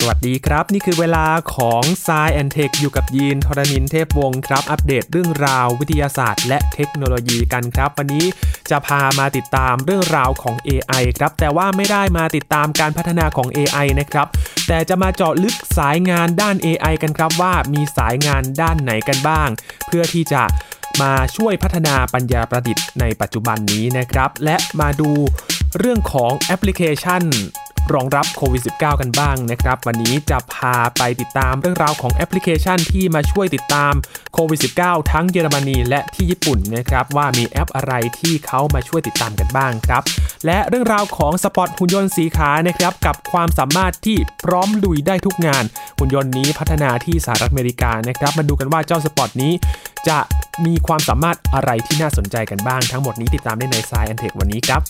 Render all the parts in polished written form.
วัสดีครับนี่คือเวลาของ Science and Tech อยู่กับยีน ธรณินทร์ เทพวงศ์ครับอัปเดตเรื่องราววิทยาศาสตร์และเทคโนโลยีกันครับวันนี้จะพามาติดตามเรื่องราวของ AI ครับแต่ว่าไม่ได้มาติดตามการพัฒนาของ AI นะครับแต่จะมาเจาะลึกสายงานด้าน AI กันครับว่ามีสายงานด้านไหนกันบ้างเพื่อที่จะมาช่วยพัฒนาปัญญาประดิษฐ์ในปัจจุบันนี้นะครับและมาดูเรื่องของแอปพลิเคชันรองรับโควิด -19 กันบ้างนะครับวันนี้จะพาไปติดตามเรื่องราวของแอปพลิเคชันที่มาช่วยติดตามโควิด -19 ทั้งเยอรมนีและที่ญี่ปุ่นนะครับว่ามีแอปอะไรที่เขามาช่วยติดตามกันบ้างครับและเรื่องราวของสปอตหุ่นยนต์สีขานะครับกับความสามารถที่พร้อมลุยได้ทุกงานหุ่นยนต์นี้พัฒนาที่สหรัฐอเมริกานะครับมาดูกันว่าเจ้าสปอตนี้จะมีความสามารถอะไรที่น่าสนใจกันบ้างทั้งหมดนี้ติดตามได้ใน Science and Tech วันนี้ครับ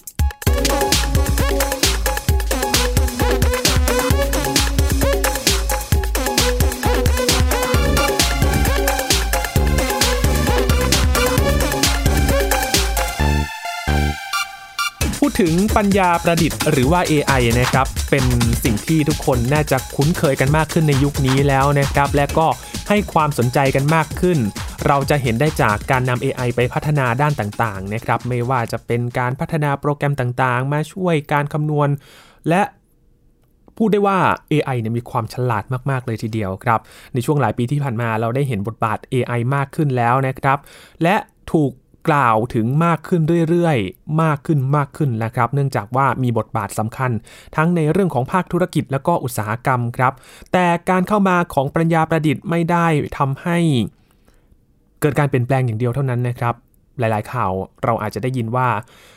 พูดถึงปัญญาประดิษฐ์หรือว่า AI นะครับเป็นสิ่งที่ทุกคนน่าจะคุ้นเคยกันมากขึ้นในยุคนี้แล้วนะครับและก็ให้ความสนใจกันมากขึ้นเราจะเห็นได้จากการนำ AI ไปพัฒนาด้านต่างๆนะครับไม่ว่าจะเป็นการพัฒนาโปรแกรมต่างๆมาช่วยการคำนวณและพูดได้ว่า AI เนี่ยมีความฉลาดมากๆเลยทีเดียวครับในช่วงหลายปีที่ผ่านมาเราได้เห็นบทบาท AI มากขึ้นแล้วนะครับและถูกกล่าวถึงมากขึ้นเรื่อยๆมากขึ้นนะครับเนื่องจากว่ามีบทบาทสำคัญทั้งในเรื่องของภาคธุรกิจและก็อุตสาหกรรมครับแต่การเข้ามาของปัญญาประดิษฐ์ไม่ได้ทำให้เกิดการเปลี่ยนแปลงอย่างเดียวเท่านั้นนะครับหลายๆข่าวเราอาจจะได้ยินว่า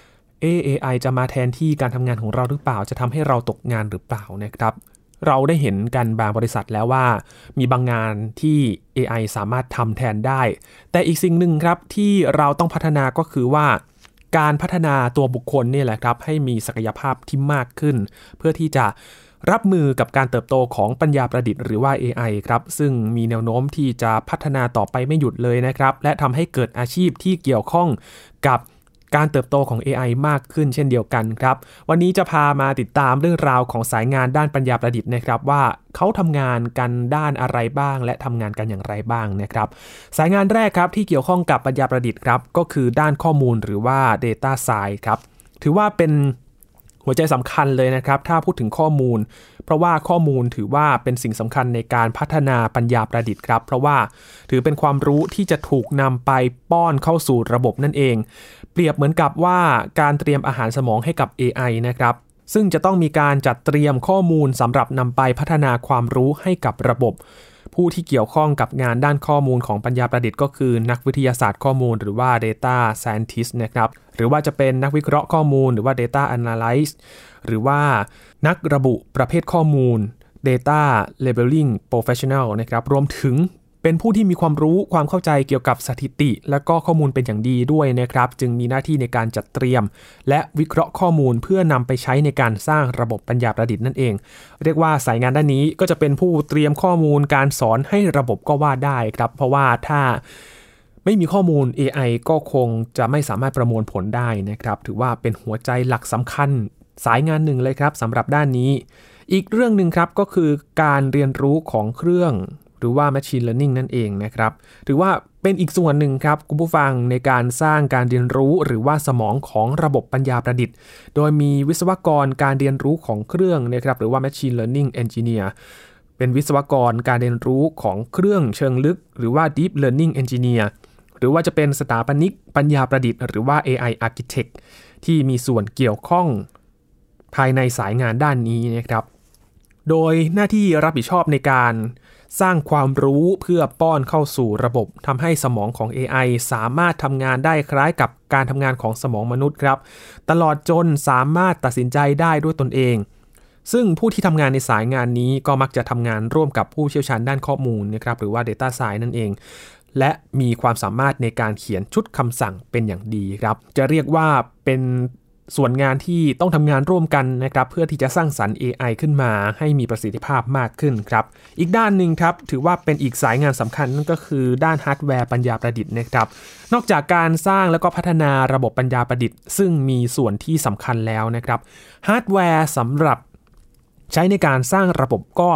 AI จะมาแทนที่การทำงานของเราหรือเปล่าจะทำให้เราตกงานหรือเปล่านะครับเราได้เห็นกันบางบริษัทแล้วว่ามีบางงานที่ AI สามารถทำแทนได้แต่อีกสิ่งหนึ่งครับที่เราต้องพัฒนาก็คือว่าการพัฒนาตัวบุคคลนี่แหละครับให้มีศักยภาพที่มากขึ้นเพื่อที่จะรับมือกับการเติบโตของปัญญาประดิษฐ์หรือว่า AI ครับซึ่งมีแนวโน้มที่จะพัฒนาต่อไปไม่หยุดเลยนะครับและทำให้เกิดอาชีพที่เกี่ยวข้องกับการเติบโตของ AI มากขึ้นเช่นเดียวกันครับวันนี้จะพามาติดตามเรื่องราวของสายงานด้านปัญญาประดิษฐ์นะครับว่าเขาทำงานกันด้านอะไรบ้างและทำงานกันอย่างไรบ้างนะครับสายงานแรกครับที่เกี่ยวข้องกับปัญญาประดิษฐ์ครับก็คือด้านข้อมูลหรือว่า Data Science ครับถือว่าเป็นหัวใจสำคัญเลยนะครับถ้าพูดถึงข้อมูลเพราะว่าข้อมูลถือว่าเป็นสิ่งสำคัญในการพัฒนาปัญญาประดิษฐ์ครับเพราะว่าถือเป็นความรู้ที่จะถูกนำไปป้อนเข้าสู่ระบบนั่นเองเปรียบเหมือนกับว่าการเตรียมอาหารสมองให้กับ AI นะครับซึ่งจะต้องมีการจัดเตรียมข้อมูลสำหรับนำไปพัฒนาความรู้ให้กับระบบผู้ที่เกี่ยวข้องกับงานด้านข้อมูลของปัญญาประดิษฐ์ก็คือนักวิทยาศาสตร์ข้อมูลหรือว่า Data Scientist นะครับหรือว่าจะเป็นนักวิเคราะห์ข้อมูลหรือว่า Data Analyst หรือว่านักระบุประเภทข้อมูล Data Labeling Professional นะครับรวมถึงเป็นผู้ที่มีความรู้ความเข้าใจเกี่ยวกับสถิติและก็ข้อมูลเป็นอย่างดีด้วยนะครับจึงมีหน้าที่ในการจัดเตรียมและวิเคราะห์ข้อมูลเพื่อนำไปใช้ในการสร้างระบบปัญญาประดิษฐ์นั่นเองเรียกว่าสายงานด้านนี้ก็จะเป็นผู้เตรียมข้อมูลการสอนให้ระบบก็ว่าได้ครับเพราะว่าถ้าไม่มีข้อมูล AI ก็คงจะไม่สามารถประมวลผลได้นะครับถือว่าเป็นหัวใจหลักสำคัญสายงานหนึ่งเลยครับสำหรับด้านนี้อีกเรื่องนึงครับก็คือการเรียนรู้ของเครื่องหรือว่า Machine Learning นั่นเองนะครับถือว่าเป็นอีกส่วนหนึ่งครับคุณผู้ฟังในการสร้างการเรียนรู้หรือว่าสมองของระบบปัญญาประดิษฐ์โดยมีวิศวกรการเรียนรู้ของเครื่องนะครับหรือว่า Machine Learning Engineer เป็นวิศวกรการเรียนรู้ของเครื่องเชิงลึกหรือว่า Deep Learning Engineer หรือว่าจะเป็นสถาปนิกปัญญาประดิษฐ์หรือว่า AI Architect ที่มีส่วนเกี่ยวข้องภายในสายงานด้านนี้นะครับโดยหน้าที่รับผิดชอบในการสร้างความรู้เพื่อป้อนเข้าสู่ระบบทำให้สมองของ AI สามารถทำงานได้คล้ายกับการทำงานของสมองมนุษย์ครับตลอดจนสามารถตัดสินใจได้ด้วยตนเองซึ่งผู้ที่ทำงานในสายงานนี้ก็มักจะทำงานร่วมกับผู้เชี่ยวชาญด้านข้อมูลนะครับหรือว่า Data Science นั่นเองและมีความสามารถในการเขียนชุดคำสั่งเป็นอย่างดีครับจะเรียกว่าเป็นส่วนงานที่ต้องทำงานร่วมกันนะครับเพื่อที่จะสร้างสรรค์ AI ขึ้นมาให้มีประสิทธิภาพมากขึ้นครับอีกด้านหนึ่งครับถือว่าเป็นอีกสายงานสำคัญนั่นก็คือด้านฮาร์ดแวร์ปัญญาประดิษฐ์นะครับนอกจากการสร้างแล้วก็พัฒนาระบบปัญญาประดิษฐ์ซึ่งมีส่วนที่สำคัญแล้วนะครับฮาร์ดแวร์สำหรับใช้ในการสร้างระบบก็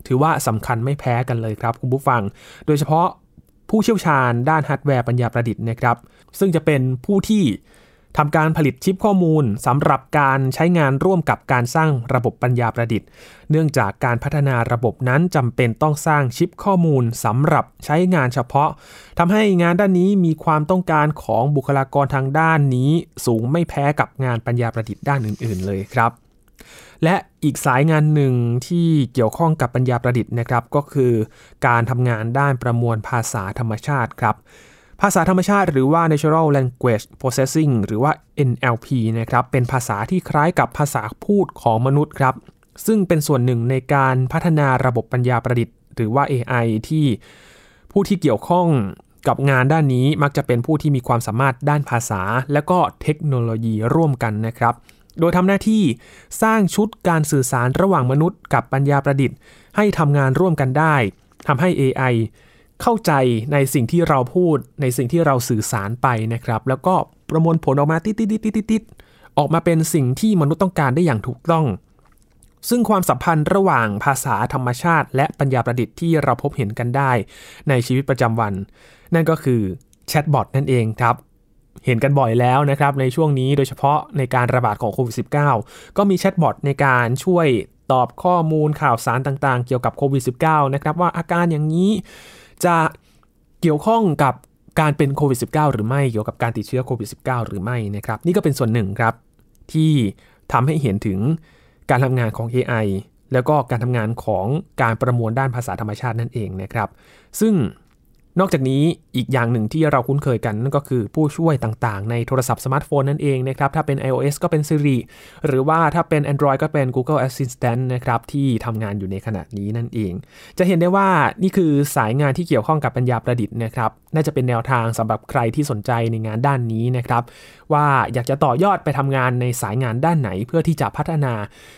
ถือว่าสำคัญไม่แพ้กันเลยครับคุณผู้ฟังโดยเฉพาะผู้เชี่ยวชาญด้านฮาร์ดแวร์ปัญญาประดิษฐ์นะครับซึ่งจะเป็นผู้ที่ทำการผลิตชิปข้อมูลสำหรับการใช้งานร่วมกับการสร้างระบบปัญญาประดิษฐ์เนื่องจากการพัฒนาระบบนั้นจำเป็นต้องสร้างชิปข้อมูลสำหรับใช้งานเฉพาะทำให้งานด้านนี้มีความต้องการของบุคลากรทางด้านนี้สูงไม่แพ้กับงานปัญญาประดิษฐ์ด้านอื่นๆเลยครับและอีกสายงานหนึ่งที่เกี่ยวข้องกับปัญญาประดิษฐ์นะครับก็คือการทำงานด้านประมวลภาษาธรรมชาติครับภาษาธรรมชาติหรือว่า Natural Language Processing หรือว่า NLP นะครับเป็นภาษาที่คล้ายกับภาษาพูดของมนุษย์ครับซึ่งเป็นส่วนหนึ่งในการพัฒนาระบบปัญญาประดิษฐ์หรือว่า AI ที่ผู้ที่เกี่ยวข้องกับงานด้านนี้มักจะเป็นผู้ที่มีความสามารถด้านภาษาและก็เทคโนโลยีร่วมกันนะครับโดยทำหน้าที่สร้างชุดการสื่อสารระหว่างมนุษย์กับปัญญาประดิษฐ์ให้ทำงานร่วมกันได้ทำให้ AI เข้าใจในสิ่งที่เราพูดในสิ่งที่เราสื่อสารไปนะครับแล้วก็ประมวลผลออกมาติดๆออกมาเป็นสิ่งที่มนุษย์ต้องการได้อย่างถูกต้องซึ่งความสัมพันธ์ระหว่างภาษาธรรมชาติและปัญญาประดิษฐ์ที่เราพบเห็นกันได้ในชีวิตประจำวันนั่นก็คือแชทบอทนั่นเองครับเห็นกันบ่อยแล้วนะครับในช่วงนี้โดยเฉพาะในการระบาดของโควิด -19 ก็มีแชทบอทในการช่วยตอบข้อมูลข่าวสารต่างๆเกี่ยวกับโควิด -19 นะครับว่าอาการอย่างนี้จะเกี่ยวข้องกับการเป็นโควิด -19 หรือไม่เกี่ยวกับการติดเชื้อโควิด -19 หรือไม่นะครับนี่ก็เป็นส่วนหนึ่งครับที่ทำให้เห็นถึงการทำงานของ AI แล้วก็การทำงานของการประมวลด้านภาษาธรรมชาตินั่นเองนะครับซึ่งนอกจากนี้อีกอย่างหนึ่งที่เราคุ้นเคยกันนั่นก็คือผู้ช่วยต่างๆในโทรศัพท์สมาร์ทโฟนนั่นเองนะครับถ้าเป็น iOS ก็เป็น Siri หรือว่าถ้าเป็น Android ก็เป็น Google Assistant นะครับที่ทำงานอยู่ในขณะนี้นั่นเองจะเห็นได้ว่านี่คือสายงานที่เกี่ยวข้องกับปัญญาประดิษฐ์นะครับน่าจะเป็นแนวทางสำหรับใครที่สนใจในงานด้านนี้นะครับว่าอยากจะต่อยอดไปทำงานในสายงานด้านไหนเพื่อที่จะพัฒนา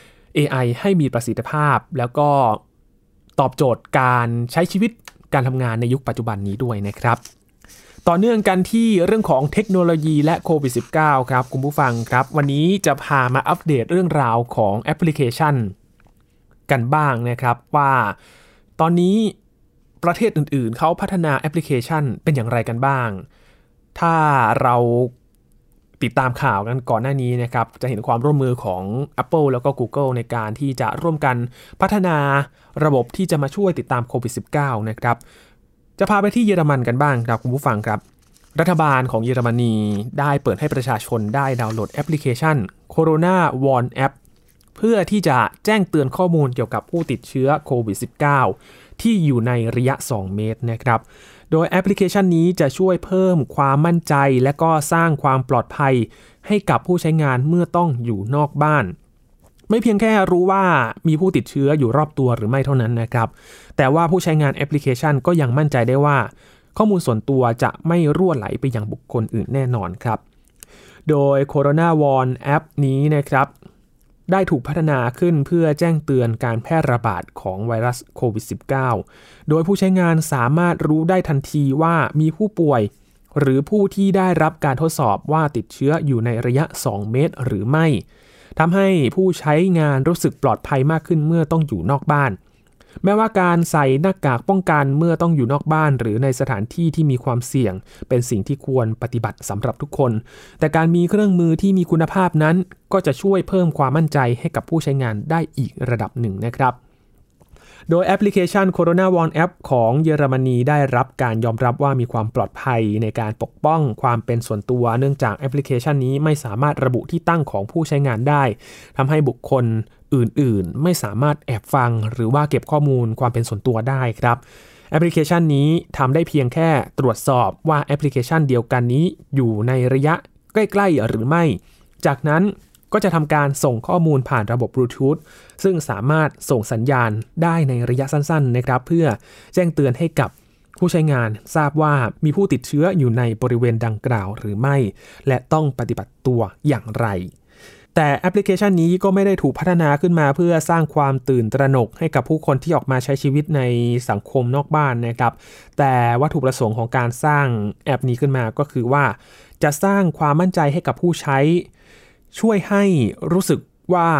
AI ให้มีประสิทธิภาพแล้วก็ตอบโจทย์การใช้ชีวิตการทำงานในยุคปัจจุบันนี้ด้วยนะครับต่อเนื่องกันที่เรื่องของเทคโนโลยีและโควิด -19 ครับคุณผู้ฟังครับวันนี้จะพามาอัปเดตเรื่องราวของแอปพลิเคชันกันบ้างนะครับว่าตอนนี้ประเทศอื่นๆเขาพัฒนาแอปพลิเคชันเป็นอย่างไรกันบ้างถ้าเราติดตามข่าวกันก่อนหน้านี้นะครับจะเห็นความร่วมมือของ Apple แล้วก็ Google ในการที่จะร่วมกันพัฒนาระบบที่จะมาช่วยติดตามโควิด -19 นะครับจะพาไปที่เยอรมันกันบ้างครับคุณผู้ฟังครับรัฐบาลของเยอรมนีได้เปิดให้ประชาชนได้ดาวน์โหลดแอปพลิเคชัน Corona Warn App เพื่อที่จะแจ้งเตือนข้อมูลเกี่ยวกับผู้ติดเชื้อโควิด -19 ที่อยู่ในระยะ 2 เมตรนะครับโดยแอปพลิเคชันนี้จะช่วยเพิ่มความมั่นใจและก็สร้างความปลอดภัยให้กับผู้ใช้งานเมื่อต้องอยู่นอกบ้านไม่เพียงแค่รู้ว่ามีผู้ติดเชื้ออยู่รอบตัวหรือไม่เท่านั้นนะครับแต่ว่าผู้ใช้งานแอปพลิเคชันก็ยังมั่นใจได้ว่าข้อมูลส่วนตัวจะไม่รั่วไหลไปยังบุคคลอื่นแน่นอนครับโดย Corona Warn App นี้นะครับได้ถูกพัฒนาขึ้นเพื่อแจ้งเตือนการแพร่ระบาดของไวรัสโควิด -19 โดยผู้ใช้งานสามารถรู้ได้ทันทีว่ามีผู้ป่วยหรือผู้ที่ได้รับการทดสอบว่าติดเชื้ออยู่ในระยะ 2 เมตรหรือไม่ทำให้ผู้ใช้งานรู้สึกปลอดภัยมากขึ้นเมื่อต้องอยู่นอกบ้านแม้ว่าการใส่หน้ากากป้องกันเมื่อต้องอยู่นอกบ้านหรือในสถานที่ที่มีความเสี่ยงเป็นสิ่งที่ควรปฏิบัติสำหรับทุกคนแต่การมีเครื่องมือที่มีคุณภาพนั้นก็จะช่วยเพิ่มความมั่นใจให้กับผู้ใช้งานได้อีกระดับหนึ่งนะครับโดยแอปพลิเคชัน Corona Warn App ของเยอรมนีได้รับการยอมรับว่ามีความปลอดภัยในการปกป้องความเป็นส่วนตัวเนื่องจากแอปพลิเคชันนี้ไม่สามารถระบุที่ตั้งของผู้ใช้งานได้ทำให้บุคคลอื่นๆไม่สามารถแอบฟังหรือว่าเก็บข้อมูลความเป็นส่วนตัวได้ครับแอปพลิเคชันนี้ทำได้เพียงแค่ตรวจสอบว่าแอปพลิเคชันเดียวกันนี้อยู่ในระยะใกล้ๆหรือไม่จากนั้นก็จะทำการส่งข้อมูลผ่านระบบบลูทูธซึ่งสามารถส่งสัญญาณได้ในระยะสั้นๆนะครับเพื่อแจ้งเตือนให้กับผู้ใช้งานทราบว่ามีผู้ติดเชื้ออยู่ในบริเวณดังกล่าวหรือไม่และต้องปฏิบัติตัวอย่างไรแต่แอปพลิเคชันนี้ก็ไม่ได้ถูกพัฒนาขึ้นมาเพื่อสร้างความตื่นตระหนกให้กับผู้คนที่ออกมาใช้ชีวิตในสังคมนอกบ้านนะครับแต่วัตถุประสงค์ของการสร้างแอปนี้ขึ้นมาก็คือว่าจะสร้างความมั่นใจให้กับผู้ใช้ช่วยให้รู้สึกว่า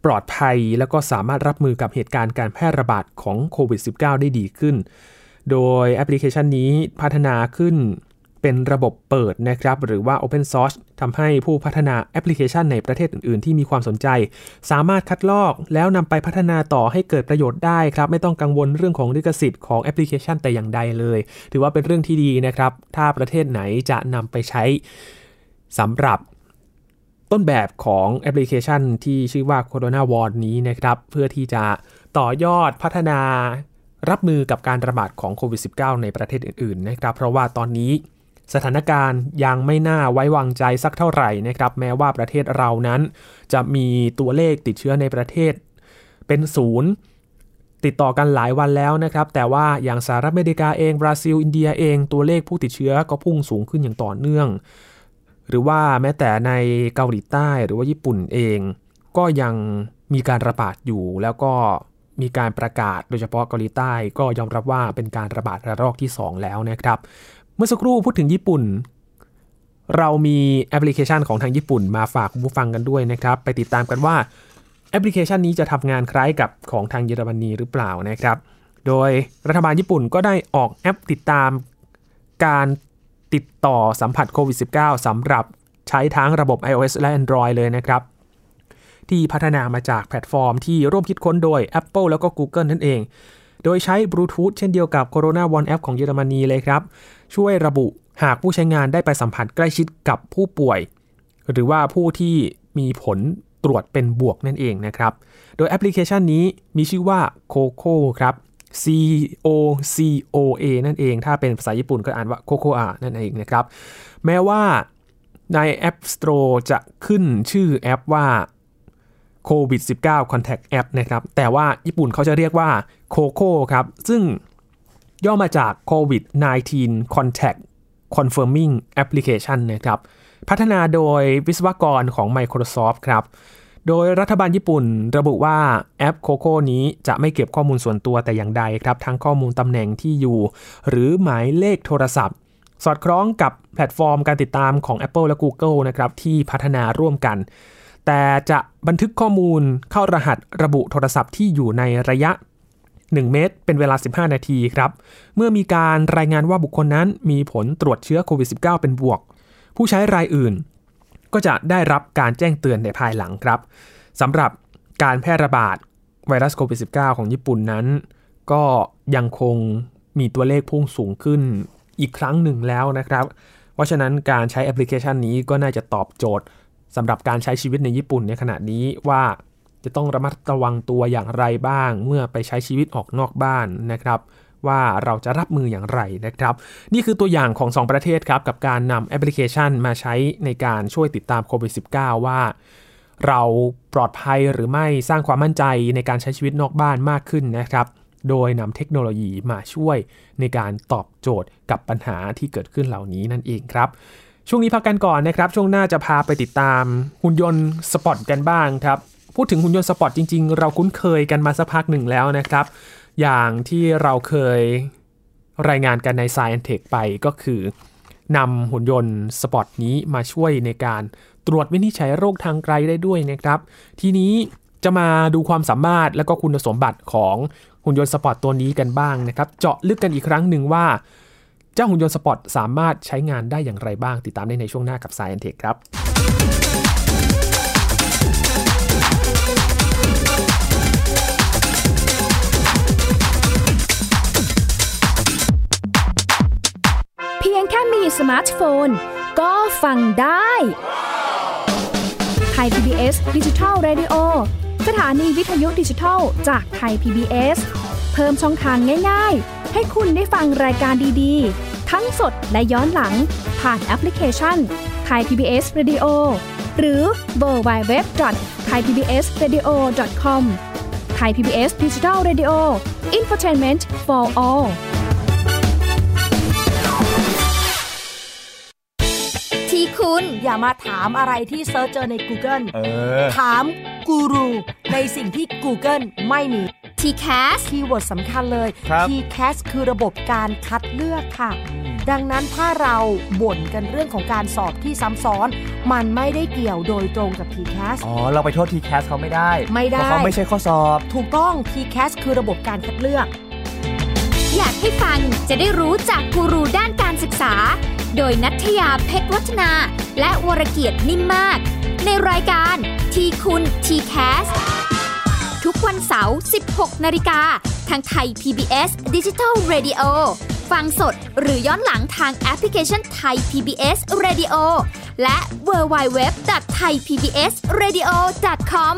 ปลอดภัยแล้วก็สามารถรับมือกับเหตุการณ์การแพร่ระบาดของโควิด -19 ได้ดีขึ้นโดยแอปพลิเคชันนี้พัฒนาขึ้นเป็นระบบเปิดนะครับหรือว่า Open Source ทำให้ผู้พัฒนาแอปพลิเคชันในประเทศอื่นๆที่มีความสนใจสามารถคัดลอกแล้วนำไปพัฒนาต่อให้เกิดประโยชน์ได้ครับไม่ต้องกังวลเรื่องของลิขสิทธิ์ของแอปพลิเคชันแต่อย่างใดเลยถือว่าเป็นเรื่องที่ดีนะครับถ้าประเทศไหนจะนำไปใช้สำหรับต้นแบบของแอปพลิเคชันที่ชื่อว่า Corona Wall นี้นะครับเพื่อที่จะต่อยอดพัฒนารับมือกับการระบาดของโควิด -19 ในประเทศอื่นๆนะครับเพราะว่าตอนนี้สถานการณ์ยังไม่น่าไว้วางใจสักเท่าไหร่นะครับแม้ว่าประเทศเรานั้นจะมีตัวเลขติดเชื้อในประเทศเป็นศูนย์ติดต่อกันหลายวันแล้วนะครับแต่ว่าอย่างสหรัฐอเมริกาเองบราซิลอินเดียเองตัวเลขผู้ติดเชื้อก็พุ่งสูงขึ้นอย่างต่อเนื่องหรือว่าแม้แต่ในเกาหลีใต้หรือว่าญี่ปุ่นเองก็ยังมีการระบาดอยู่แล้วก็มีการประกาศโดยเฉพาะเกาหลีใต้ก็ยอมรับว่าเป็นการระบาดระลอกที่2แล้วนะครับเมื่อสักครู่พูดถึงญี่ปุ่นเรามีแอปพลิเคชันของทางญี่ปุ่นมาฝากผู้ฟังกันด้วยนะครับไปติดตามกันว่าแอปพลิเคชันนี้จะทำงานคล้ายกับของทางเยอรมนีหรือเปล่านะครับโดยรัฐบาลญี่ปุ่นก็ได้ออกแอปติดตามการติดต่อสัมผัสโควิด -19 สำหรับใช้ทั้งระบบ iOS และ Android เลยนะครับที่พัฒนามาจากแพลตฟอร์มที่ร่วมคิดค้นโดย Apple แล้วก็ Google นั่นเองโดยใช้บลูทูธเช่นเดียวกับ Corona One App ของเยอรมนีเลยครับช่วยระบุหากผู้ใช้งานได้ไปสัมผัสใกล้ชิดกับผู้ป่วยหรือว่าผู้ที่มีผลตรวจเป็นบวกนั่นเองนะครับโดยแอปพลิเคชันนี้มีชื่อว่า Coco ครับ COCOA นั่นเองถ้าเป็นภาษาญี่ปุ่นก็อ่านว่า Cocoa นั่นเองนะครับแม้ว่าใน App Store จะขึ้นชื่อแอปว่าโควิด -19 Contact App นะครับแต่ว่าญี่ปุ่นเขาจะเรียกว่า Coco ครับซึ่งย่อมาจาก COVID-19 Contact Confirming Application นะครับพัฒนาโดยวิศวกรของ Microsoft ครับโดยรัฐบาลญี่ปุ่นระบุว่าแอป Coco นี้จะไม่เก็บข้อมูลส่วนตัวแต่อย่างใดครับทั้งข้อมูลตำแหน่งที่อยู่หรือหมายเลขโทรศัพท์สอดคล้องกับแพลตฟอร์มการติดตามของ Apple และ Google นะครับที่พัฒนาร่วมกันแต่จะบันทึกข้อมูลเข้ารหัสระบุโทรศัพท์ที่อยู่ในระยะ1เมตรเป็นเวลา15นาทีครับเมื่อมีการรายงานว่าบุคคลนั้นมีผลตรวจเชื้อโควิด -19 เป็นบวกผู้ใช้รายอื่นก็จะได้รับการแจ้งเตือนในภายหลังครับสำหรับการแพร่ระบาดไวรัสโควิด -19 ของญี่ปุ่นนั้นก็ยังคงมีตัวเลขพุ่งสูงขึ้นอีกครั้งหนึ่งแล้วนะครับเพราะฉะนั้นการใช้แอปพลิเคชันนี้ก็น่าจะตอบโจทย์สำหรับการใช้ชีวิตในญี่ปุ่นในขณะนี้ว่าจะต้องระมัดระวังตัวอย่างไรบ้างเมื่อไปใช้ชีวิตออกนอกบ้านนะครับว่าเราจะรับมืออย่างไรนะครับนี่คือตัวอย่างของ2ประเทศครับกับการนำแอปพลิเคชันมาใช้ในการช่วยติดตามโควิด -19 ว่าเราปลอดภัยหรือไม่สร้างความมั่นใจในการใช้ชีวิตนอกบ้านมากขึ้นนะครับโดยนำเทคโนโลยีมาช่วยในการตอบโจทย์กับปัญหาที่เกิดขึ้นเหล่านี้นั่นเองครับช่วงนี้พักกันก่อนนะครับช่วงหน้าจะพาไปติดตามหุ่นยนต์สปอร์ตกันบ้างครับพูดถึงหุ่นยนต์สปอร์ตจริงๆเราคุ้นเคยกันมาสักพักหนึ่งแล้วนะครับอย่างที่เราเคยรายงานกันใน Science Tech ไปก็คือนำหุ่นยนต์สปอร์ตนี้มาช่วยในการตรวจวินิจฉัยโรคทางไกลได้ด้วยนะครับทีนี้จะมาดูความสามารถและก็คุณสมบัติของหุ่นยนต์สปอร์ตตัวนี้กันบ้างนะครับเจาะลึกกันอีกครั้งหนึ่งว่าเจ้าหุ่นยนต์สปอร์ตสามารถใช้งานได้อย่างไรบ้างติดตามได้ในช่วงหน้ากับ Science Tech ครับเพียงแค่มีสมาร์ทโฟนก็ฟังได้ไทย PBS Digital Radio สถานีวิทยุดิจิทัลจากไทย PBS เพิ่มช่องทางง่ายๆให้คุณได้ฟังรายการดีๆทั้งสดและย้อนหลังผ่านแอปพลิเคชัน Thai PBS Radio หรือ www.thaipbsradio.com Thai PBS Digital Radio Infotainment for all ที่คุณอย่ามาถามอะไรที่เซิร์ชเจอใน Google ถามกูรูในสิ่งที่ Google ไม่มี TCAS คีย์เวิร์ดสำคัญเลย TCAS คือระบบการคัดเลือกค่ะดังนั้นถ้าเราบ่นกันเรื่องของการสอบที่ซ้ำซ้อนมันไม่ได้เกี่ยวโดยตรงกับ TCAS เราไปโทษ TCAS เขาไม่ได้เพราะเขาไม่ใช่ข้อสอบถูกต้อง TCAS คือระบบการคัดเลือกอยากให้ฟังจะได้รู้จากกูรูด้านการศึกษาโดยณัฐยาเพชรวัฒนาและวรเกียรตินิ่มมากในรายการทีคุณ TCAS ทุกวันเสาร์ 16 นาฬิกาทางไทย PBS Digital Radio ฟังสดหรือย้อนหลังทางแอปพลิเคชันไทย PBS Radio และ www.thaipbsradio.com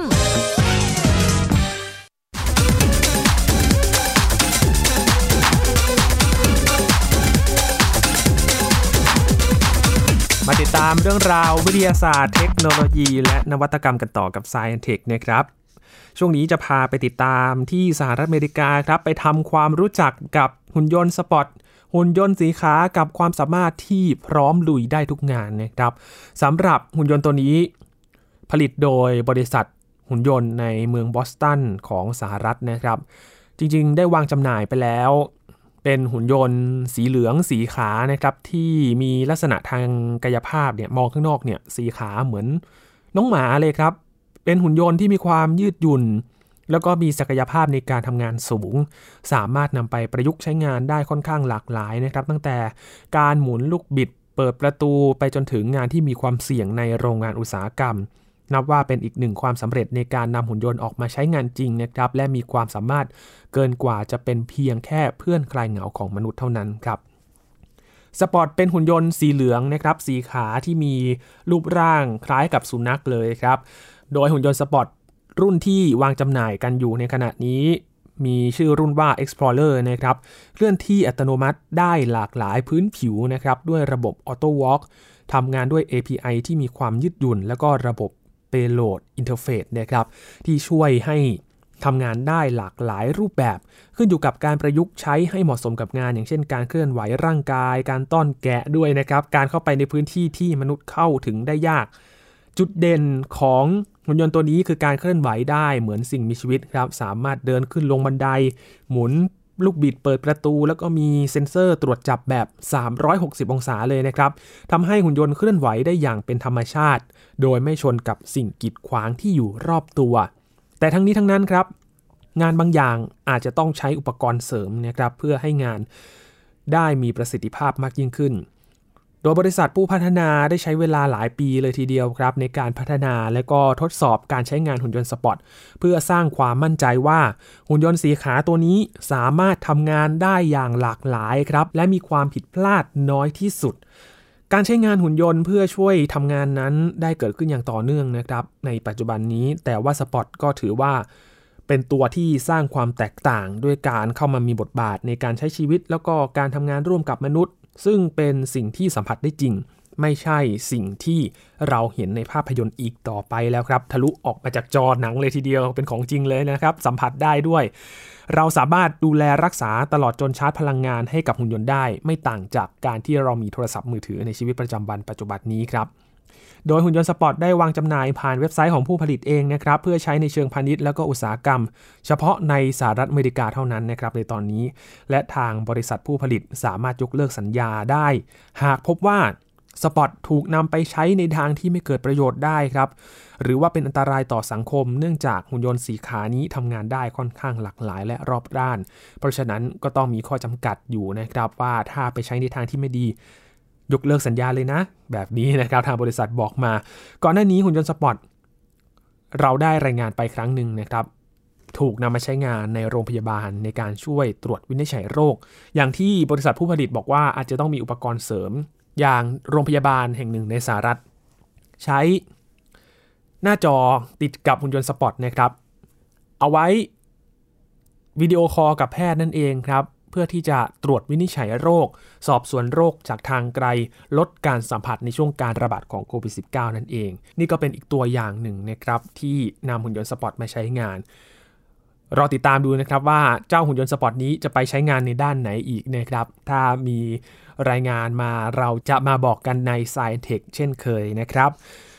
มาติดตามเรื่องราววิทยาศาสตร์เทคโนโลยีและนวัตกรรมกันต่อกับ Science Tech นะครับช่วงนี้จะพาไปติดตามที่สหรัฐอเมริกาครับไปทำความรู้จักกับหุ่นยนต์สปอตหุ่นยนต์สีขากับความสามารถที่พร้อมลุยได้ทุกงานนะครับสำหรับหุ่นยนต์ตัวนี้ผลิตโดยบริษัทหุ่นยนต์ในเมืองบอสตันของสหรัฐนะครับจริงๆได้วางจำหน่ายไปแล้วเป็นหุ่นยนต์สีเหลืองสีขานะครับที่มีลักษณะทางกายภาพเนี่ยมองข้างนอกเนี่ยสีขาเหมือนน้องหมาเลยครับเป็นหุ่นยนต์ที่มีความยืดหยุ่นแล้วก็มีศักยภาพในการทำงานสูงสามารถนำไปประยุกต์ใช้งานได้ค่อนข้างหลากหลายนะครับตั้งแต่การหมุนลูกบิดเปิดประตูไปจนถึงงานที่มีความเสี่ยงในโรงงานอุตสาหกรรมนับว่าเป็นอีกหนึ่งความสำเร็จในการนำหุ่นยนต์ออกมาใช้งานจริงนะครับและมีความสามารถเกินกว่าจะเป็นเพียงแค่เพื่อนคลายเหงาของมนุษย์เท่านั้นครับสปอตเป็นหุ่นยนต์สีเหลืองนะครับสีขาที่มีรูปร่างคล้ายกับสุนัขเลยครับโดยหุ่นยนต์สปอตรุ่นที่วางจำหน่ายกันอยู่ในขณะนี้มีชื่อรุ่นว่า Explorer นะครับเคลื่อนที่อัตโนมัติได้หลากหลายพื้นผิวนะครับด้วยระบบ Auto Walk ทำงานด้วย API ที่มีความยืดหยุ่นแล้วก็ระบบ Payload Interface นะครับที่ช่วยให้ทำงานได้หลากหลายรูปแบบขึ้นอยู่กับการประยุกต์ใช้ให้เหมาะสมกับงานอย่างเช่นการเคลื่อนไหวร่างกายการต้อนแกะด้วยนะครับการเข้าไปในพื้นที่ที่มนุษย์เข้าถึงได้ยากจุดเด่นของหุ่นยนต์ตัวนี้คือการเคลื่อนไหวได้เหมือนสิ่งมีชีวิตครับสามารถเดินขึ้นลงบันไดหมุนลูกบิดเปิดประตูแล้วก็มีเซ็นเซอร์ตรวจจับแบบ360องศาเลยนะครับทำให้หุ่นยนต์เคลื่อนไหวได้อย่างเป็นธรรมชาติโดยไม่ชนกับสิ่งกีดขวางที่อยู่รอบตัวแต่ทั้งนี้ทั้งนั้นครับงานบางอย่างอาจจะต้องใช้อุปกรณ์เสริมนะครับเพื่อให้งานได้มีประสิทธิภาพมากยิ่งขึ้นโดยบริษัทผู้พัฒนาได้ใช้เวลาหลายปีเลยทีเดียวครับในการพัฒนาและก็ทดสอบการใช้งานหุ่นยนต์สปอตเพื่อสร้างความมั่นใจว่าหุ่นยนต์สีขาตัวนี้สามารถทำงานได้อย่างหลากหลายครับและมีความผิดพลาดน้อยที่สุดการใช้งานหุ่นยนต์เพื่อช่วยทำงานนั้นได้เกิดขึ้นอย่างต่อเนื่องนะครับในปัจจุบันนี้แต่ว่าสปอตก็ถือว่าเป็นตัวที่สร้างความแตกต่างด้วยการเข้ามามีบทบาทในการใช้ชีวิตแล้วก็การทำงานร่วมกับมนุษย์ซึ่งเป็นสิ่งที่สัมผัสได้จริงไม่ใช่สิ่งที่เราเห็นในภาพยนตร์อีกต่อไปแล้วครับทะลุออกมาจากจอหนังเลยทีเดียวเป็นของจริงเลยนะครับสัมผัสได้ด้วยเราสามารถดูแลรักษาตลอดจนชาร์จพลังงานให้กับหุ่นยนต์ได้ไม่ต่างจากการที่เรามีโทรศัพท์มือถือในชีวิตประจำวันปัจจุบันนี้ครับโดยหุ่นยนต์สปอตได้วางจำหน่ายผ่านเว็บไซต์ของผู้ผลิตเองนะครับเพื่อใช้ในเชิงพาณิชย์แล้วก็อุตสาหกรรมเฉพาะในสหรัฐอเมริกาเท่านั้นนะครับในตอนนี้และทางบริษัทผู้ผลิตสามารถยกเลิกสัญญาได้หากพบว่าสปอตถูกนำไปใช้ในทางที่ไม่เกิดประโยชน์ได้ครับหรือว่าเป็นอันตรายต่อสังคมเนื่องจากหุ่นยนต์สีขานี้ทำงานได้ค่อนข้างหลากหลายและรอบด้านเพราะฉะนั้นก็ต้องมีข้อจำกัดอยู่นะครับว่าถ้าไปใช้ในทางที่ไม่ดียกเลิกสัญญาเลยนะแบบนี้นะครับทางบริษัทบอกมาก่อนหน้านี้หุ่นยนต์สปอตเราได้รายงานไปครั้งหนึ่งนะครับถูกนำมาใช้งานในโรงพยาบาลในการช่วยตรวจวินิจฉัยโรคอย่างที่บริษัทผู้ผลิตบอกว่าอาจจะต้องมีอุปกรณ์เสริมอย่างโรงพยาบาลแห่งหนึ่งในสหรัฐใช้หน้าจอติดกับหุ่นยนต์สปอตนะครับเอาไว้วิดีโอคอลกับแพทย์นั่นเองครับเพื่อที่จะตรวจวินิจฉัยโรคสอบสวนโรคจากทางไกลลดการสัมผัสในช่วงการระบาดของโควิด -19 นั่นเองนี่ก็เป็นอีกตัวอย่างหนึ่งนะครับที่นำหุ่นยนต์สปอตมาใช้งานรอติดตามดูนะครับว่าเจ้าหุ่นยนต์สปอตนี้จะไปใช้งานในด้านไหนอีกนะครับถ้ามีรายงานมาเราจะมาบอกกันใน Science Tech เช่นเคยนะครับ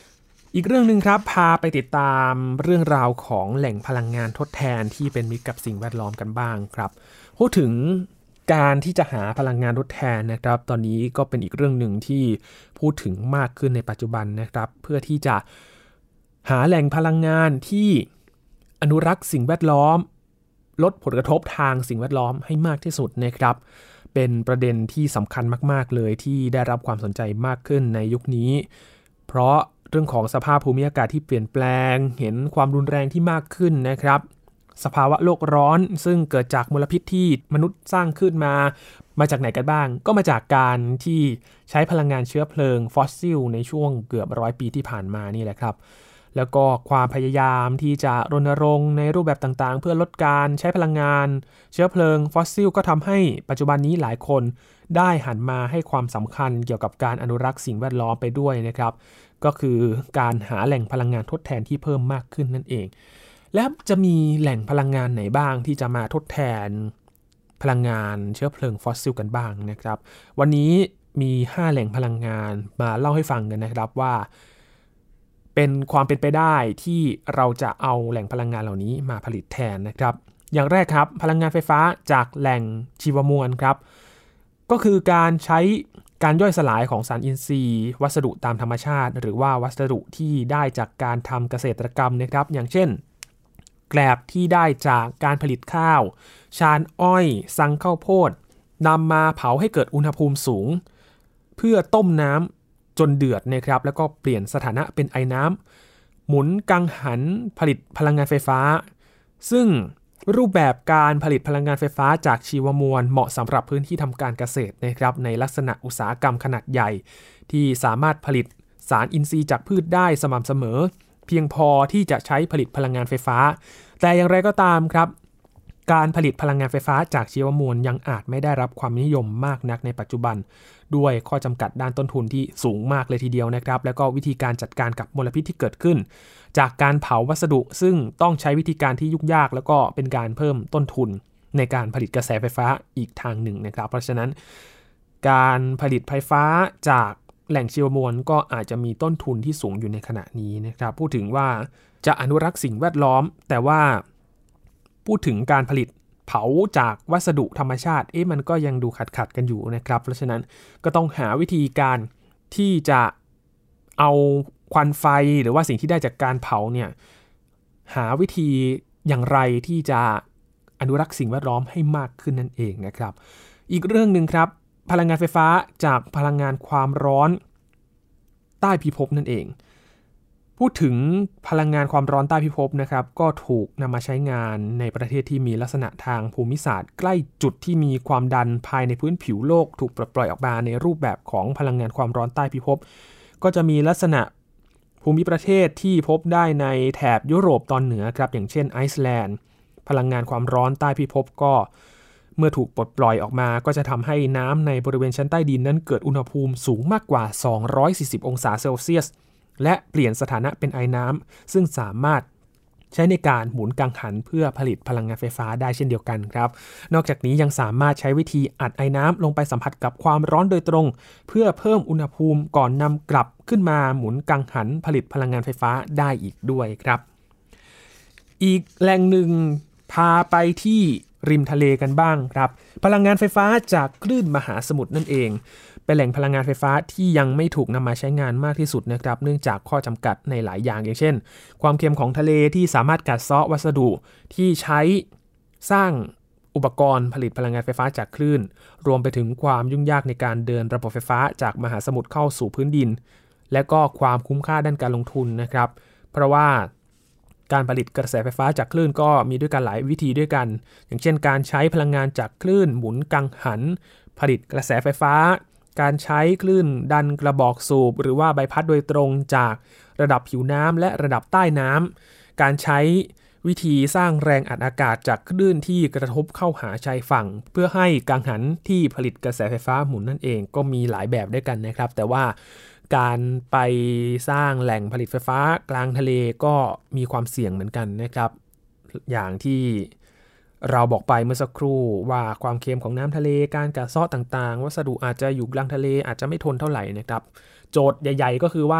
อีกเรื่องนึงครับพาไปติดตามเรื่องราวของแหล่งพลังงานทดแทนที่เป็นมิตรกับสิ่งแวดล้อมกันบ้างครับพูดถึงการที่จะหาพลังงานทดแทนนะครับตอนนี้ก็เป็นอีกเรื่องหนึ่งที่พูดถึงมากขึ้นในปัจจุบันนะครับเพื่อที่จะหาแหล่งพลังงานที่อนุรักษ์สิ่งแวดล้อมลดผลกระทบทางสิ่งแวดล้อมให้มากที่สุดนะครับเป็นประเด็นที่สำคัญมากๆเลยที่ได้รับความสนใจมากขึ้นในยุคนี้เพราะเรื่องของสภาพภูมิอากาศที่เปลี่ยนแปลงเห็นความรุนแรงที่มากขึ้นนะครับสภาวะโลกร้อนซึ่งเกิดจากมลพิษที่มนุษย์สร้างขึ้นมาจากไหนกันบ้างก็มาจากการที่ใช้พลังงานเชื้อเพลิงฟอสซิลในช่วงเกือบ100 ปีที่ผ่านมานี่แหละครับแล้วก็ความพยายามที่จะรณรงค์ในรูปแบบต่างๆเพื่อลดการใช้พลังงานเชื้อเพลิงฟอสซิลก็ทำให้ปัจจุบันนี้หลายคนได้หันมาให้ความสำคัญเกี่ยวกับการอนุรักษ์สิ่งแวดล้อมไปด้วยนะครับก็คือการหาแหล่งพลังงานทดแทนที่เพิ่มมากขึ้นนั่นเองและจะมีแหล่งพลังงานไหนบ้างที่จะมาทดแทนพลังงานเชื้อเพลิงฟอสซิลกันบ้างนะครับวันนี้มี5แหล่งพลังงานมาเล่าให้ฟังกันนะครับว่าเป็นความเป็นไปได้ที่เราจะเอาแหล่งพลังงานเหล่านี้มาผลิตแทนนะครับอย่างแรกครับพลังงานไฟฟ้าจากแหล่งชีวมวลครับก็คือการใช้การย่อยสลายของสารอินทรีย์วัสดุตามธรรมชาติหรือว่าวัสดุที่ได้จากการทำเกษตรกรรมนะครับอย่างเช่นแกลบที่ได้จากการผลิตข้าวชานอ้อยซังข้าวโพดนำมาเผาให้เกิดอุณหภูมิสูงเพื่อต้มน้ำจนเดือดนะครับแล้วก็เปลี่ยนสถานะเป็นไอน้ำหมุนกังหันผลิตพลังงานไฟฟ้าซึ่งรูปแบบการผลิตพลังงานไฟฟ้าจากชีวมวลเหมาะสำหรับพื้นที่ทำการเกษตรนะครับในลักษณะอุตสาหกรรมขนาดใหญ่ที่สามารถผลิตสารอินทรีย์จากพืชได้สม่ำเสมอเพียงพอที่จะใช้ผลิตพลังงานไฟฟ้าแต่อย่างไรก็ตามครับการผลิตพลังงานไฟฟ้าจากชีวมวลยังอาจไม่ได้รับความนิยมมากนักในปัจจุบันด้วยข้อจำกัดด้านต้นทุนที่สูงมากเลยทีเดียวนะครับแล้วก็วิธีการจัดการกับมลพิษที่เกิดขึ้นจากการเผาวัสดุซึ่งต้องใช้วิธีการที่ยุ่งยากแล้วก็เป็นการเพิ่มต้นทุนในการผลิตกระแสไฟฟ้าอีกทางหนึ่งนะครับเพราะฉะนั้นการผลิตไฟฟ้าจากแหล่งชีวมวลก็อาจจะมีต้นทุนที่สูงอยู่ในขณะนี้นะครับพูดถึงว่าจะอนุรักษ์สิ่งแวดล้อมแต่ว่าพูดถึงการผลิตเผาจากวัสดุธรรมชาติมันก็ยังดูขัดกันอยู่นะครับเพราะฉะนั้นก็ต้องหาวิธีการที่จะเอาควันไฟหรือว่าสิ่งที่ได้จากการเผาเนี่ยหาวิธีอย่างไรที่จะอนุรักษ์สิ่งแวดล้อมให้มากขึ้นนั่นเองนะครับอีกเรื่องนึงครับพลังงานไฟฟ้าจากพลังงานความร้อนใต้พิภพนั่นเองพูดถึงพลังงานความร้อนใต้พิภพนะครับก็ถูกนำมาใช้งานในประเทศที่มีลักษณะทางภูมิศาสตร์ใกล้จุดที่มีความดันภายในพื้นผิวโลกถูกปล่อยออกมาในรูปแบบของพลังงานความร้อนใต้พิภพก็จะมีลักษณะภูมิประเทศที่พบได้ในแถบยุโรปตอนเหนือครับอย่างเช่นไอซ์แลนด์พลังงานความร้อนใต้พิภพก็เมื่อถูกปลดปล่อยออกมาก็จะทำให้น้ำในบริเวณชั้นใต้ดินนั้นเกิดอุณหภูมิสูงมากกว่า240องศาเซลเซียสและเปลี่ยนสถานะเป็นไอน้ำซึ่งสามารถใช้ในการหมุนกังหันเพื่อผลิตพลังงานไฟฟ้าได้เช่นเดียวกันครับนอกจากนี้ยังสามารถใช้วิธีอัดไอน้ำลงไปสัมผัสกับความร้อนโดยตรงเพื่อเพิ่มอุณหภูมิก่อนนำกลับขึ้นมาหมุนกังหันผลิตพลังงานไฟฟ้าได้อีกด้วยครับอีกแหล่งหนึ่งพาไปที่ริมทะเลกันบ้างครับพลังงานไฟฟ้าจากคลื่นมหาสมุทรนั่นเองเป็นแหล่งพลังงานไฟฟ้าที่ยังไม่ถูกนำมาใช้งานมากที่สุดนะครับเนื่องจากข้อจำกัดในหลายอย่างอย่างเช่นความเค็มของทะเลที่สามารถกัดเซาะวัสดุที่ใช้สร้างอุปกรณ์ผลิตพลังงานไฟฟ้าจากคลื่นรวมไปถึงความยุ่งยากในการเดินระบบไฟฟ้าจากมหาสมุทรเข้าสู่พื้นดินและก็ความคุ้มค่าด้านการลงทุนนะครับเพราะว่าการผลิตกระแสไฟฟ้าจากคลื่นก็มีด้วยกันหลายวิธีด้วยกันอย่างเช่นการใช้พลังงานจากคลื่นหมุนกังหันผลิตกระแสไฟฟ้าการใช้คลื่นดันกระบอกสูบหรือว่าใบพัดโดยตรงจากระดับผิวน้ำและระดับใต้น้ำการใช้วิธีสร้างแรงอัดอากาศจากคลื่นที่กระทบเข้าหาชายฝั่งเพื่อให้กังหันที่ผลิตกระแสไฟฟ้าหมุนนั่นเองก็มีหลายแบบด้วยกันนะครับแต่ว่าการไปสร้างแหล่งผลิตไฟฟ้ากลางทะเลก็มีความเสี่ยงเหมือนกันนะครับอย่างที่เราบอกไปเมื่อสักครู่ว่าความเค็มของน้ำทะเลการกัดเซาะต่างๆวัสดุอาจจะอยู่กลางทะเลอาจจะไม่ทนเท่าไหร่นะครับโจทย์ใหญ่ๆก็คือว่า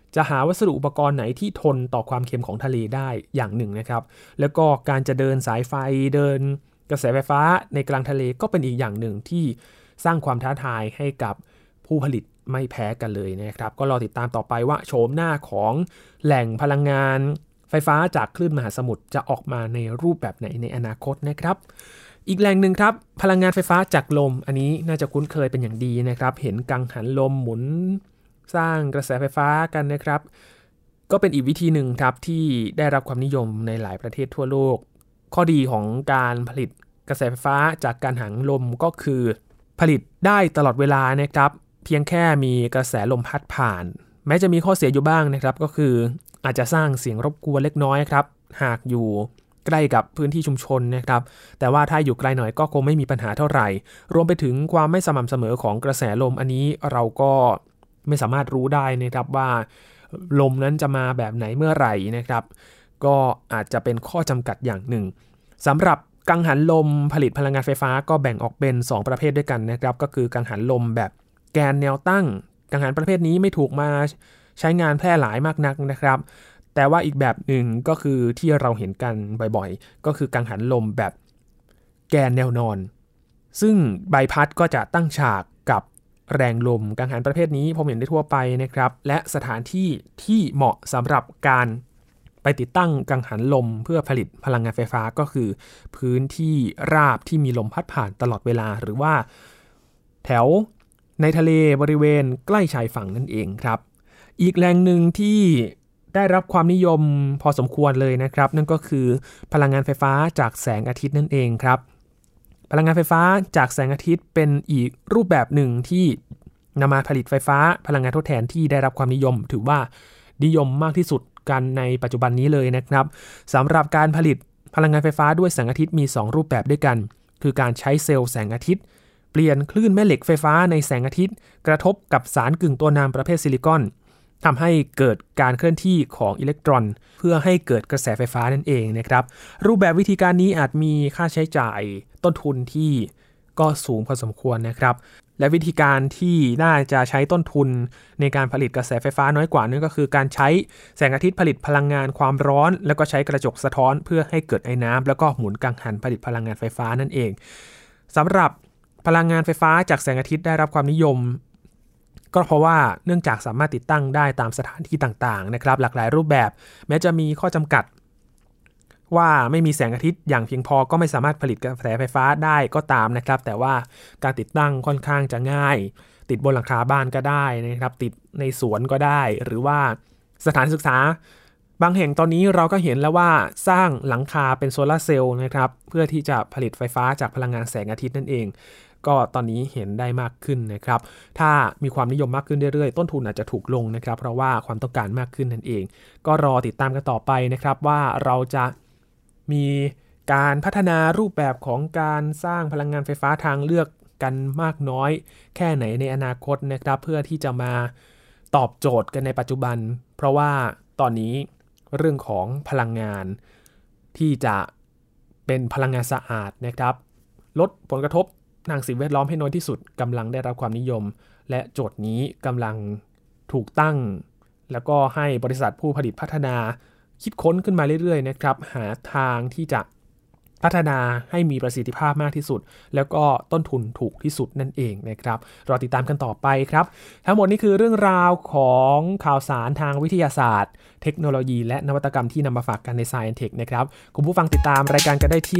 จะหาวัสดุอุปกรณ์ไหนที่ทนต่อความเค็มของทะเลได้อย่างหนึ่งนะครับแล้วก็การจะเดินสายไฟเดินกระแสไฟฟ้าในกลางทะเลก็เป็นอีกอย่างหนึ่งที่สร้างความท้าทายให้กับผู้ผลิตไม่แพ้กันเลยนะครับก็รอติดตามต่อไปว่าโฉมหน้าของแหล่งพลังงานไฟฟ้าจากคลื่นมหาสมุทรจะออกมาในรูปแบบไหนในอนาคตนะครับอีกแหล่งหนึ่งครับพลังงานไฟฟ้าจากลมอันนี้น่าจะคุ้นเคยเป็นอย่างดีนะครับเห็นกังหันลมหมุนสร้างกระแสไฟฟ้ากันนะครับก็เป็นอีกวิธีหนึ่งครับที่ได้รับความนิยมในหลายประเทศทั่วโลกข้อดีของการผลิตกระแสไฟฟ้าจากกังหันลมก็คือผลิตได้ตลอดเวลานะครับเพียงแค่มีกระแสลมพัดผ่านแม้จะมีข้อเสียอยู่บ้างนะครับก็คืออาจจะสร้างเสียงรบกวนเล็กน้อยครับหากอยู่ใกล้กับพื้นที่ชุมชนนะครับแต่ว่าถ้าอยู่ไกลหน่อยก็คงไม่มีปัญหาเท่าไหร่รวมไปถึงความไม่สม่ำเสมอของกระแสลมอันนี้เราก็ไม่สามารถรู้ได้นะครับว่าลมนั้นจะมาแบบไหนเมื่อไหร่นะครับก็อาจจะเป็นข้อจำกัดอย่างหนึ่งสำหรับกังหันลมผลิตพลังงานไฟฟ้าก็แบ่งออกเป็น2ประเภทด้วยกันนะครับก็คือกังหันลมแบบแกนแนวตั้งกังหันประเภทนี้ไม่ถูกมาใช้งานแพร่หลายมากนักนะครับแต่ว่าอีกแบบหนึ่งก็คือที่เราเห็นกันบ่อยๆก็คือกังหันลมแบบแกนแนวนอนซึ่งใบพัดก็จะตั้งฉากกับแรงลมกังหันประเภทนี้ผมเห็นได้ทั่วไปนะครับและสถานที่ที่เหมาะสำหรับการไปติดตั้งกังหันลมเพื่อผลิตพลังงานไฟฟ้าก็คือพื้นที่ราบที่มีลมพัดผ่านตลอดเวลาหรือว่าแถวในทะเลบริเวณใกล้ชายฝั่งนั่นเองครับอีกแหล่งหนึ่งที่ได้รับความนิยมพอสมควรเลยนะครับนั่นก็คือพลังงานไฟฟ้าจากแสงอาทิตย์นั่นเองครับพลังงานไฟฟ้าจากแสงอาทิตย์เป็นอีกรูปแบบหนึ่งที่นำมาผลิตไฟฟ้าพลังงานทดแทนที่ได้รับความนิยมถือว่านิยมมากที่สุดกันในปัจจุบันนี้เลยนะครับสำหรับการผลิตพลังงานไฟฟ้าด้วยแสงอาทิตย์มี2รูปแบบด้วยกันคือการใช้เซลล์แสงอาทิตย์เปลี่ยนคลื่นแม่เหล็กไฟฟ้าในแสงอาทิตย์กระทบกับสารกึ่งตัวนามประเภทซิลิคอนทำให้เกิดการเคลื่อนที่ของอิเล็กตรอนเพื่อให้เกิดกระแสไฟฟ้านั่นเองนะครับรูปแบบวิธีการนี้อาจมีค่าใช้จ่ายต้นทุนที่ก็สูงพอสมควรนะครับและวิธีการที่น่าจะใช้ต้นทุนในการผลิตกระแสไฟฟ้าน้อยกว่านั่นก็คือการใช้แสงอาทิตย์ผลิตพลังงานความร้อนแล้วก็ใช้กระจกสะท้อนเพื่อให้เกิดไอ้น้ำแล้วก็หมุนกังหันผลิตพลังงานไฟฟ้านั่นเองสำหรับพลังงานไฟฟ้าจากแสงอาทิตย์ได้รับความนิยมก็เพราะว่าเนื่องจากสามารถติดตั้งได้ตามสถานที่ต่างๆนะครับหลากหลายรูปแบบแม้จะมีข้อจำกัดว่าไม่มีแสงอาทิตย์อย่างเพียงพอก็ไม่สามารถผลิตกระแสไฟฟ้าได้ก็ตามนะครับแต่ว่าการติดตั้งค่อนข้างจะง่ายติดบนหลังคาบ้านก็ได้นะครับติดในสวนก็ได้หรือว่าสถานศึกษาบางแห่งตอนนี้เราก็เห็นแล้วว่าสร้างหลังคาเป็นโซลาร์เซลล์นะครับเพื่อที่จะผลิตไฟฟ้าจากพลังงานแสงอาทิตย์นั่นเองก็ตอนนี้เห็นได้มากขึ้นนะครับถ้ามีความนิยมมากขึ้นเรื่อยๆต้นทุนอาจจะถูกลงนะครับเพราะว่าความต้องการมากขึ้นนั่นเองก็รอติดตามกันต่อไปนะครับว่าเราจะมีการพัฒนารูปแบบของการสร้างพลังงานไฟฟ้าทางเลือกกันมากน้อยแค่ไหนในอนาคตนะครับเพื่อที่จะมาตอบโจทย์กันในปัจจุบันเพราะว่าตอนนี้เรื่องของพลังงานที่จะเป็นพลังงานสะอาดนะครับลดผลกระทบทางสิ่งแวดล้อมให้น้อยที่สุดกำลังได้รับความนิยมและโจทย์นี้กำลังถูกตั้งแล้วก็ให้บริษัทผู้ผลิตพัฒนาคิดค้นขึ้นมาเรื่อยๆนะครับหาทางที่จะพัฒนาให้มีประสิทธิภาพมากที่สุดแล้วก็ต้นทุนถูกที่สุดนั่นเองนะครับรอติดตามกันต่อไปครับทั้งหมดนี้คือเรื่องราวของข่าวสารทางวิทยาศาสตร์เทคโนโลยีและนวัตกรรมที่นำมาฝากกันใน Science Tech นะครับคุณผู้ฟังติดตามรายการกันได้ที่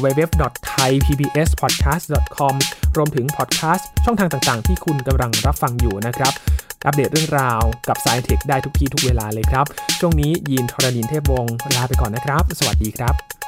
www.thaipbspodcast.com รวมถึงพอดแคสต์ช่องทางต่างๆที่คุณกำลังรับฟังอยู่นะครับอัปเดตเรื่องราวกับ Science Tech ได้ทุกที่ทุกเวลาเลยครับช่วงนี้ยีนทรณินเทพวงศ์ลาไปก่อนนะครับสวัสดีครับ